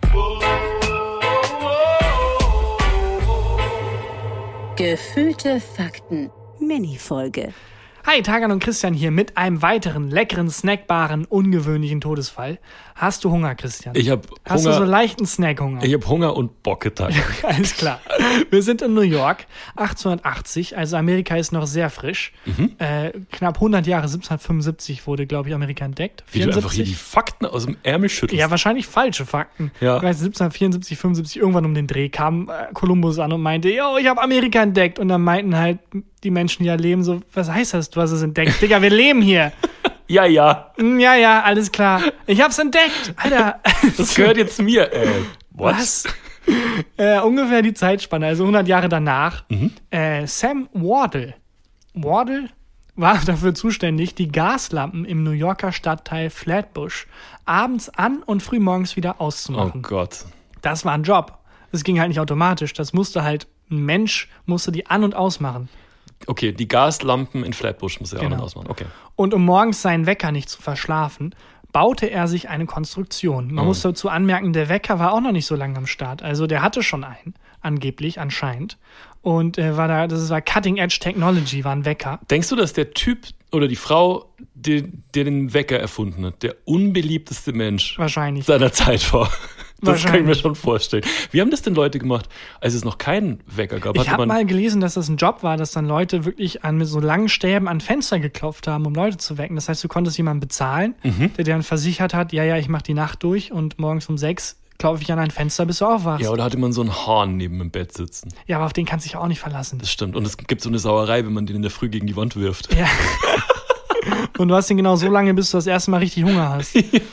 Gefühlte Fakten. Mini-Folge. Hi, Tagan und Christian hier mit einem weiteren leckeren, snackbaren, ungewöhnlichen Todesfall. Hast du Hunger, Christian? Ich habe Hunger. Hast du so leichten Snackhunger? Ich habe Hunger und Bocke-Tag. Alles klar. Wir sind in New York, 1880, also Amerika ist noch sehr frisch. Knapp 100 Jahre, 1775 wurde, glaube ich, Amerika entdeckt. Wie du einfach hier die Fakten aus dem Ärmel schüttelst. Ja, wahrscheinlich falsche Fakten. Ja. Ich weiß, 1774, 75, irgendwann um den Dreh kam Kolumbus an und meinte, yo, ich habe Amerika entdeckt. Und dann meinten halt die Menschen, die da leben, so, was heißt das, du hast es entdeckt? Digga, wir leben hier. Ja. Ja, alles klar. Ich hab's entdeckt. Alter. Das gehört jetzt zu mir. Was? Ungefähr die Zeitspanne, also 100 Jahre danach. Sam Wardle war dafür zuständig, die Gaslampen im New Yorker Stadtteil Flatbush abends an und frühmorgens wieder auszumachen. Oh Gott. Das war ein Job. Das ging halt nicht automatisch. Das musste halt, ein Mensch musste die an- und ausmachen. Okay, die Gaslampen in Flatbush muss er Genau. auch noch ausmachen. Okay. Und um morgens seinen Wecker nicht zu verschlafen, baute er sich eine Konstruktion. Man muss dazu anmerken, der Wecker war auch noch nicht so lange am Start. Also der hatte schon einen, anscheinend. Und das war Cutting Edge Technology, war ein Wecker. Denkst du, dass der Typ oder die Frau, der den Wecker erfunden hat, der unbeliebteste Mensch Wahrscheinlich. seiner Zeit war? Das kann ich mir Wahrscheinlich. schon vorstellen. Wie haben das denn Leute gemacht, als es noch keinen Wecker gab? Ich habe mal gelesen, dass das ein Job war, dass dann Leute wirklich mit so langen Stäben an Fenster geklopft haben, um Leute zu wecken. Das heißt, du konntest jemanden bezahlen, der dir dann versichert hat, ja, ich mache die Nacht durch und morgens um 6 klopfe ich an ein Fenster, bis du aufwachst. Ja, oder hatte man so einen Hahn neben dem Bett sitzen? Ja, aber auf den kannst du dich auch nicht verlassen. Das stimmt. Und es gibt so eine Sauerei, wenn man den in der Früh gegen die Wand wirft. Ja. Und du hast den genau so lange, bis du das erste Mal richtig Hunger hast.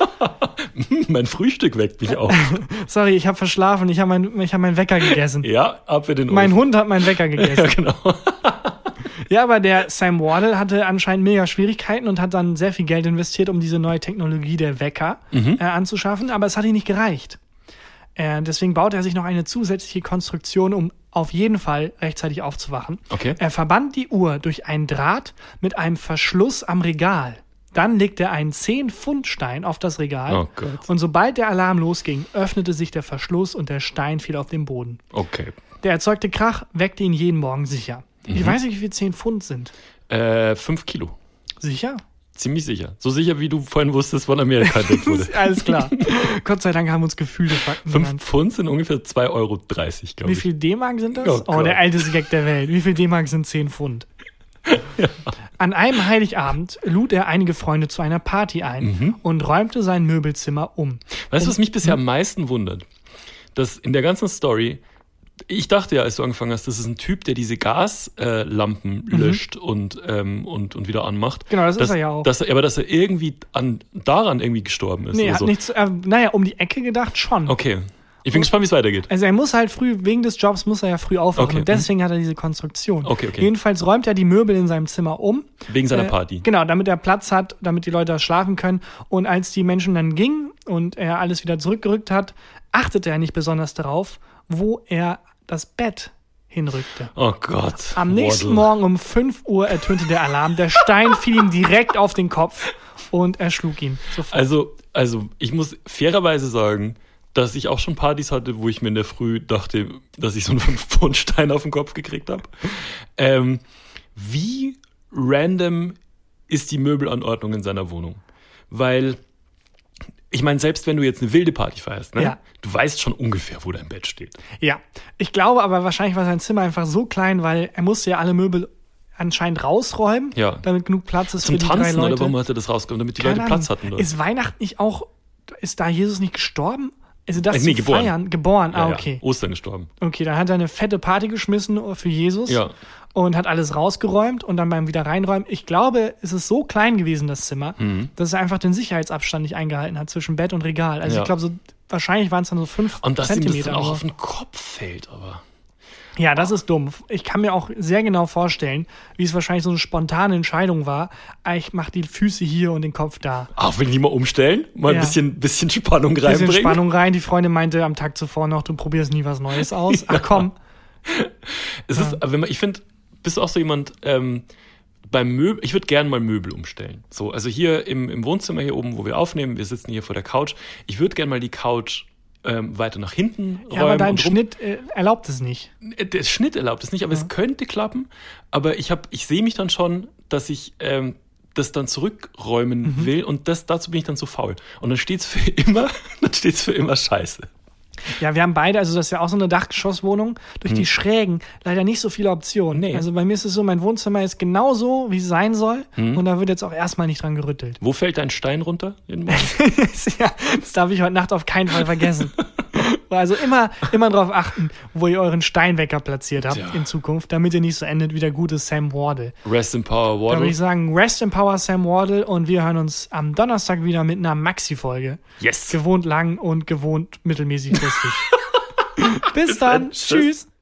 Mein Frühstück weckt mich auf. Sorry, ich habe verschlafen, ich hab meinen Wecker gegessen. Ja, ab in den Mein Ofen. Hund hat meinen Wecker gegessen. Ja, genau. Ja, aber der Sam Wardle hatte anscheinend mega Schwierigkeiten und hat dann sehr viel Geld investiert, um diese neue Technologie der Wecker anzuschaffen. Aber es hat ihm nicht gereicht. Deswegen baute er sich noch eine zusätzliche Konstruktion, um auf jeden Fall rechtzeitig aufzuwachen. Okay. Er verband die Uhr durch einen Draht mit einem Verschluss am Regal. Dann legte er einen 10-Pfund-Stein auf das Regal. Oh Gott. Und sobald der Alarm losging, öffnete sich der Verschluss und der Stein fiel auf den Boden. Okay. Der erzeugte Krach weckte ihn jeden Morgen sicher. Ich weiß nicht, wie viel 10 Pfund sind. 5 Kilo. Sicher? Ziemlich sicher. So sicher, wie du vorhin wusstest, wann Amerika entdeckt wurde. Alles klar. Gott sei Dank haben uns gefühlte Fakten 5 genannt. Pfund sind ungefähr 2,30 Euro, glaube Wie ich. viel D-Mark sind das? Oh Gott. Der älteste Gag der Welt. Wie viel D-Mark sind 10 Pfund? Ja. An einem Heiligabend lud er einige Freunde zu einer Party ein und räumte sein Möbelzimmer um. Weißt du, was mich bisher am meisten wundert? Dass in der ganzen Story, ich dachte ja, als du angefangen hast, das ist ein Typ, der diese Gaslampen löscht und wieder anmacht. Genau, das ist er ja auch. Dass er irgendwie daran irgendwie gestorben ist. Nee, oder er hat so. nichts, um die Ecke gedacht schon. Okay. Ich bin gespannt, wie es weitergeht. Also er muss halt wegen des Jobs muss er ja früh aufwachen Okay. und deswegen hat er diese Konstruktion. Okay. Jedenfalls räumt er die Möbel in seinem Zimmer um. Wegen seiner Party. Genau, damit er Platz hat, damit die Leute da schlafen können. Und als die Menschen dann gingen und er alles wieder zurückgerückt hat, achtete er nicht besonders darauf, wo er das Bett hinrückte. Oh Gott. Am nächsten Wardle. Morgen um 5 Uhr ertönte der Alarm. Der Stein fiel ihm direkt auf den Kopf und er schlug ihn sofort. Also, ich muss fairerweise sagen, dass ich auch schon Partys hatte, wo ich mir in der Früh dachte, dass ich so einen 5-Pfund-Stein auf den Kopf gekriegt habe. Wie random ist die Möbelanordnung in seiner Wohnung? Weil, ich meine, selbst wenn du jetzt eine wilde Party feierst, ne? Ja. Du weißt schon ungefähr, wo dein Bett steht. Ja, ich glaube aber wahrscheinlich war sein Zimmer einfach so klein, weil er musste ja alle Möbel anscheinend rausräumen, Ja. damit genug Platz ist Zum für die 3 Tanzen Leute. oder warum hat er das rausgekommen? Damit die Keine Leute Platz Ahnung. hatten dort. Ist Weihnachten nicht auch, ist da Jesus nicht gestorben? Also das Nee, zu geboren. feiern? Geboren, Ja, okay. ja. Ostern gestorben. Okay, dann hat er eine fette Party geschmissen für Jesus Ja. und hat alles rausgeräumt und dann beim wieder reinräumen. Ich glaube, es ist so klein gewesen, das Zimmer, dass er einfach den Sicherheitsabstand nicht eingehalten hat zwischen Bett und Regal. Also Ja. ich glaube, so wahrscheinlich waren es dann so 5 Und dass ihm das Zentimeter. dann auch nur. auf den Kopf fällt, aber... Ja, das ist dumm. Ich kann mir auch sehr genau vorstellen, wie es wahrscheinlich so eine spontane Entscheidung war. Ich mache die Füße hier und den Kopf da. Ach, will ich die mal umstellen? Mal Ja. ein bisschen Spannung Bisschen reinbringen? Spannung rein. Die Freundin meinte am Tag zuvor noch, du probierst nie was Neues aus. Ach komm. Es ist, ich finde, bist du auch so jemand, beim Möbel, ich würde gerne mal Möbel umstellen. So, also hier im Wohnzimmer hier oben, wo wir aufnehmen, wir sitzen hier vor der Couch, ich würde gerne mal die Couch weiter nach hinten räumen. Ja, aber dein Schnitt erlaubt es nicht. Der Schnitt erlaubt es nicht, aber es könnte klappen. Aber ich sehe mich dann schon, dass ich das dann zurückräumen will und dazu bin ich dann zu faul. Und dann steht's für immer scheiße. Ja, wir haben beide, also das ist ja auch so eine Dachgeschosswohnung, durch die Schrägen leider nicht so viele Optionen. Nee. Also bei mir ist es so, mein Wohnzimmer ist genauso, wie es sein soll und da wird jetzt auch erstmal nicht dran gerüttelt. Wo fällt dein Stein runter? Ja, das darf ich heute Nacht auf keinen Fall vergessen. Also immer darauf achten, wo ihr euren Steinwecker platziert habt in Zukunft, damit ihr nicht so endet wie der gute Sam Wardle. Rest in Power Wardle. Da würde ich sagen, Rest in Power Sam Wardle und wir hören uns am Donnerstag wieder mit einer Maxi-Folge. Yes. Gewohnt lang und gewohnt mittelmäßig lustig. Bis dann. Tschüss.